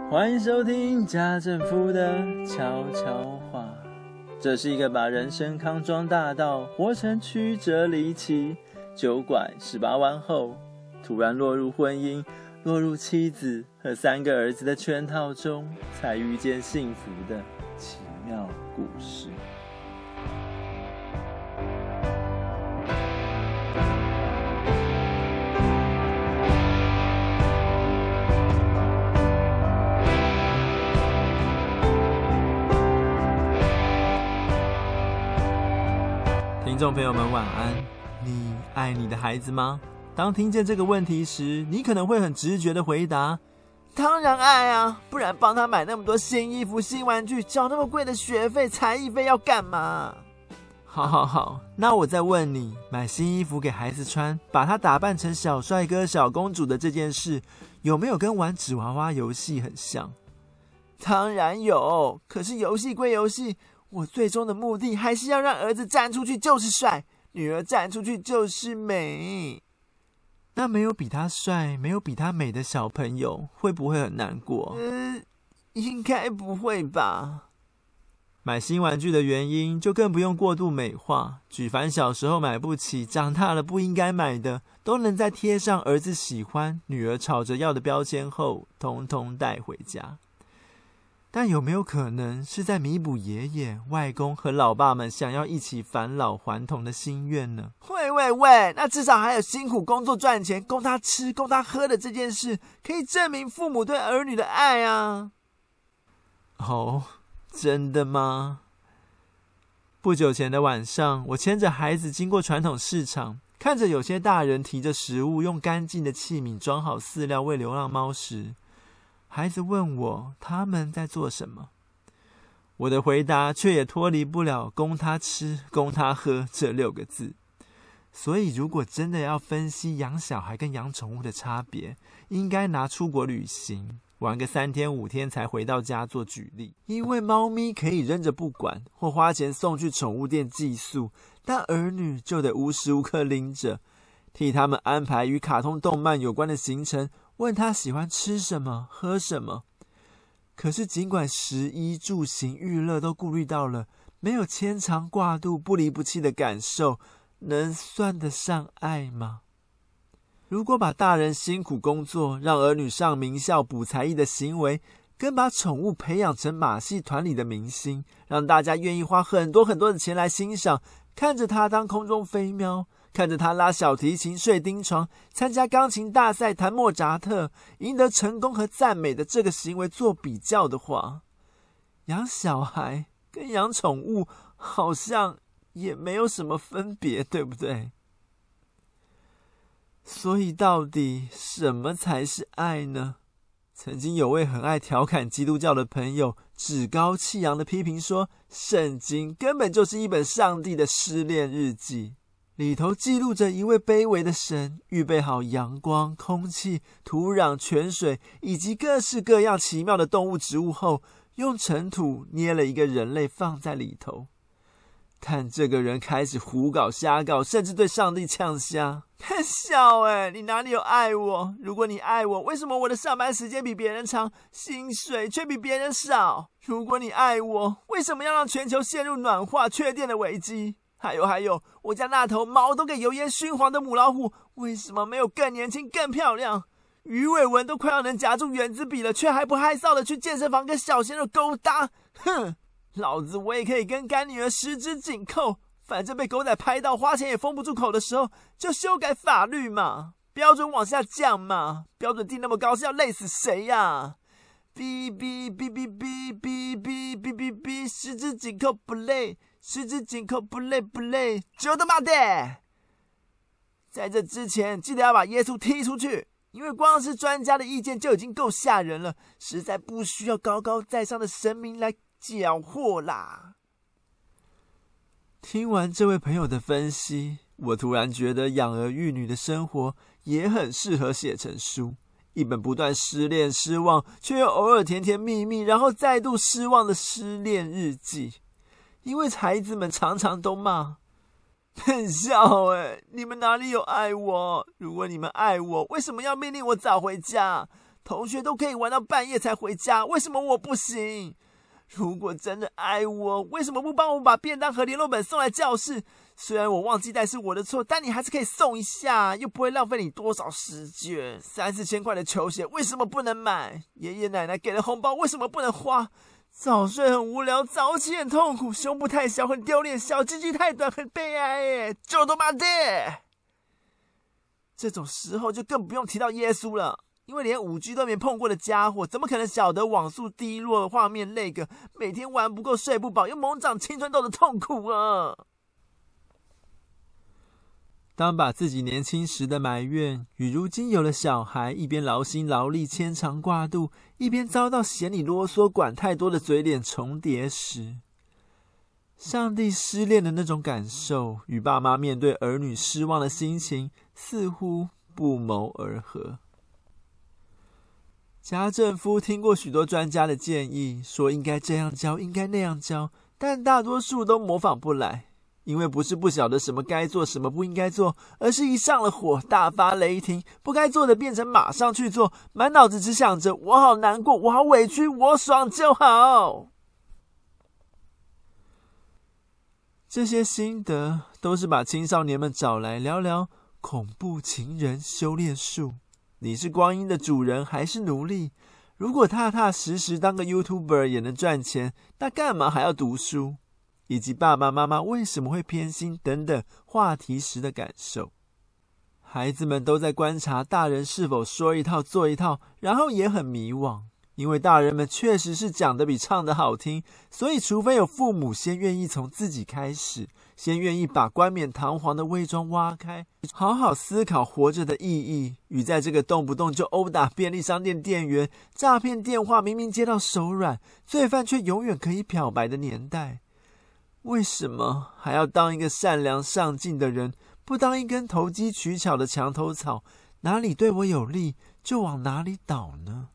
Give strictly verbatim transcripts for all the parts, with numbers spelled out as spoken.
欢迎收听家政夫的悄悄话。这是一个把人生康庄大道活成曲折离奇、九拐十八弯后，突然落入婚姻、落入妻子和三个儿子的圈套中，才遇见幸福的奇妙故事。听众朋友们晚安。你爱你的孩子吗？当听见这个问题时，你可能会很直觉的回答， 当然爱啊，不然帮他买那么多新衣服、新玩具，缴那么贵的学费、才艺费要干嘛？ 好好好，那我再问你，买新衣服给孩子穿，把他打扮成小帅哥、小公主的这件事，有没有跟玩纸娃娃游戏很像？ 当然有，可是游戏归游戏，我最终的目的还是要让儿子站出去就是帅，女儿站出去就是美。 那没有比他帅，没有比他美的小朋友，会不会很难过？ 呃，应该不会吧。 买新玩具的原因就更不用过度美化，举凡小时候买不起，长大了不应该买的，都能在贴上儿子喜欢、女儿吵着要的标签后，统统带回家。但有没有可能是在弥补爷爷、外公和老爸们想要一起返老还童的心愿呢？ 喂喂喂，那至少还有辛苦工作赚钱，供他吃、供他喝的这件事，可以证明父母对儿女的爱啊。 哦，真的吗？不久前的晚上，我牵着孩子经过传统市场，看着有些大人提着食物，用干净的器皿装好饲料喂流浪猫时，孩子问我他们在做什么，我的回答却也脱离不了供他吃、供他喝这六个字。所以如果真的要分析养小孩跟养宠物的差别，应该拿出国旅行玩个三天五天才回到家做举例。因为猫咪可以扔着不管，或花钱送去宠物店寄宿，但儿女就得无时无刻拎着，替他们安排与卡通动漫有关的行程，问他喜欢吃什么、喝什么。可是尽管食衣住行娱乐都顾虑到了，没有牵肠挂肚、不离不弃的感受，能算得上爱吗？如果把大人辛苦工作、让儿女上名校补才艺的行为，跟把宠物培养成马戏团里的明星，让大家愿意花很多很多的钱来欣赏，看着他当空中飞喵，看着他拉小提琴、睡钉床，参加钢琴大赛、弹莫扎特，赢得成功和赞美的这个行为做比较的话，养小孩跟养宠物好像也没有什么分别，对不对？所以到底什么才是爱呢？曾经有位很爱调侃基督教的朋友，趾高气扬的批评说，圣经根本就是一本上帝的失恋日记，里头记录着一位卑微的神预备好阳光、空气、土壤、泉水以及各式各样奇妙的动物植物后，用尘土捏了一个人类放在里头。但这个人开始胡搞瞎搞，甚至对上帝呛瞎。笑欸，你哪里有爱我？如果你爱我，为什么我的上班时间比别人长，薪水却比别人少？如果你爱我，为什么要让全球陷入暖化、缺电的危机？还有还有，我家那头毛都给油烟熏黄的母老虎，为什么没有更年轻、更漂亮？鱼尾纹都快要能夹住原子笔了，却还不害臊的去健身房跟小鲜肉勾搭。哼！老子我也可以跟干女儿十指紧扣，反正被狗仔拍到花钱也封不住口的时候，就修改法律嘛，标准往下降嘛，标准定那么高是要累死谁呀？哔哔哔哔哔哔哔哔哔哔，十指紧扣不累，十指紧扣不累不累，就他妈的！在这之前，记得要把耶稣踢出去，因为光是专家的意见就已经够吓人了，实在不需要高高在上的神明来缴获啦。听完这位朋友的分析，我突然觉得养儿育女的生活也很适合写成书，一本不断失恋失望却又偶尔甜甜蜜蜜然后再度失望的失恋日记。因为孩子们常常都骂，很笑欸，你们哪里有爱我？如果你们爱我，为什么要命令我早回家？ 同学都可以玩到半夜才回家，为什么我不行？如果真的爱我，为什么不帮我把便当和联络本送来教室？虽然我忘记带是我的错，但你还是可以送一下，又不会浪费你多少试卷。三四千块的球鞋为什么不能买？爷爷奶奶给的红包为什么不能花？早睡很无聊，早起很痛苦，胸部太小很丢脸，小鸡鸡太短很悲哀耶，就都妈的！这种时候就更不用提到耶稣了。因为连 五 G 都没碰过的家伙，怎么可能晓得网速低落、画面那个每天玩不够、睡不饱又猛长青春痘的痛苦啊！ 当把自己年轻时的埋怨与如今有了小孩，一边劳心劳力、牵肠挂肚，一边遭到嫌你啰嗦、管太多的嘴脸重叠时，上帝失恋的那种感受与爸妈面对儿女失望的心情似乎不谋而合。家政夫听过许多专家的建议，说应该这样教，应该那样教，但大多数都模仿不来，因为不是不晓得什么该做，什么不应该做，而是一上了火大发雷霆，不该做的变成马上去做，满脑子只想着我好难过，我好委屈，我爽就好。这些心得都是把青少年们找来聊聊恐怖情人修炼术。你是光阴的主人还是奴隶？如果踏踏实实当个 YouTuber 也能赚钱，那干嘛还要读书？以及爸爸妈妈为什么会偏心等等话题时的感受。孩子们都在观察大人是否说一套做一套，然后也很迷惘，因为大人们确实是讲得比唱得好听，所以除非有父母先愿意从自己开始，先愿意把冠冕堂皇的伪装挖开，好好思考活着的意义，与在这个动不动就殴打便利商店店员、诈骗电话明明接到手软，罪犯却永远可以漂白的年代，为什么还要当一个善良上进的人，不当一根投机取巧的墙头草，哪里对我有利就往哪里倒呢？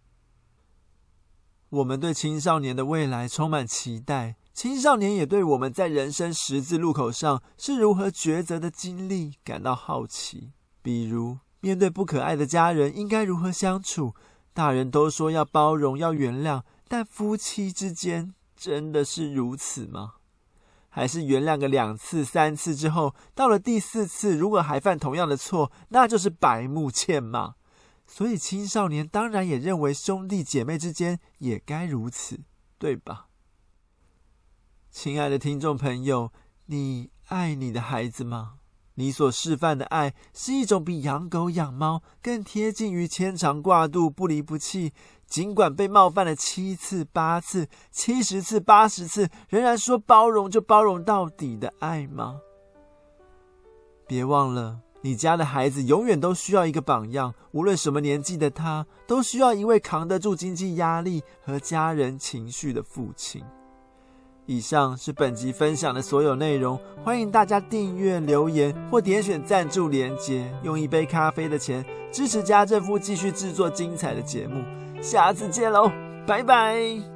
我们对青少年的未来充满期待，青少年也对我们在人生十字路口上是如何抉择的经历感到好奇。比如面对不可爱的家人应该如何相处，大人都说要包容要原谅，但夫妻之间真的是如此吗？还是原谅个两次三次之后，到了第四次如果还犯同样的错，那就是白目欠骂。所以青少年当然也认为兄弟姐妹之间也该如此，对吧？亲爱的听众朋友，你爱你的孩子吗？你所示范的爱是一种比养狗养猫更贴近于牵肠挂肚不离不弃，尽管被冒犯了七次八次七十次八十次，仍然说包容就包容到底的爱吗？别忘了，你家的孩子永远都需要一个榜样，无论什么年纪的他，都需要一位扛得住经济压力和家人情绪的父亲。以上是本集分享的所有内容，欢迎大家订阅、留言或点选赞助连结，用一杯咖啡的钱支持家政夫继续制作精彩的节目。下次见喽，拜拜。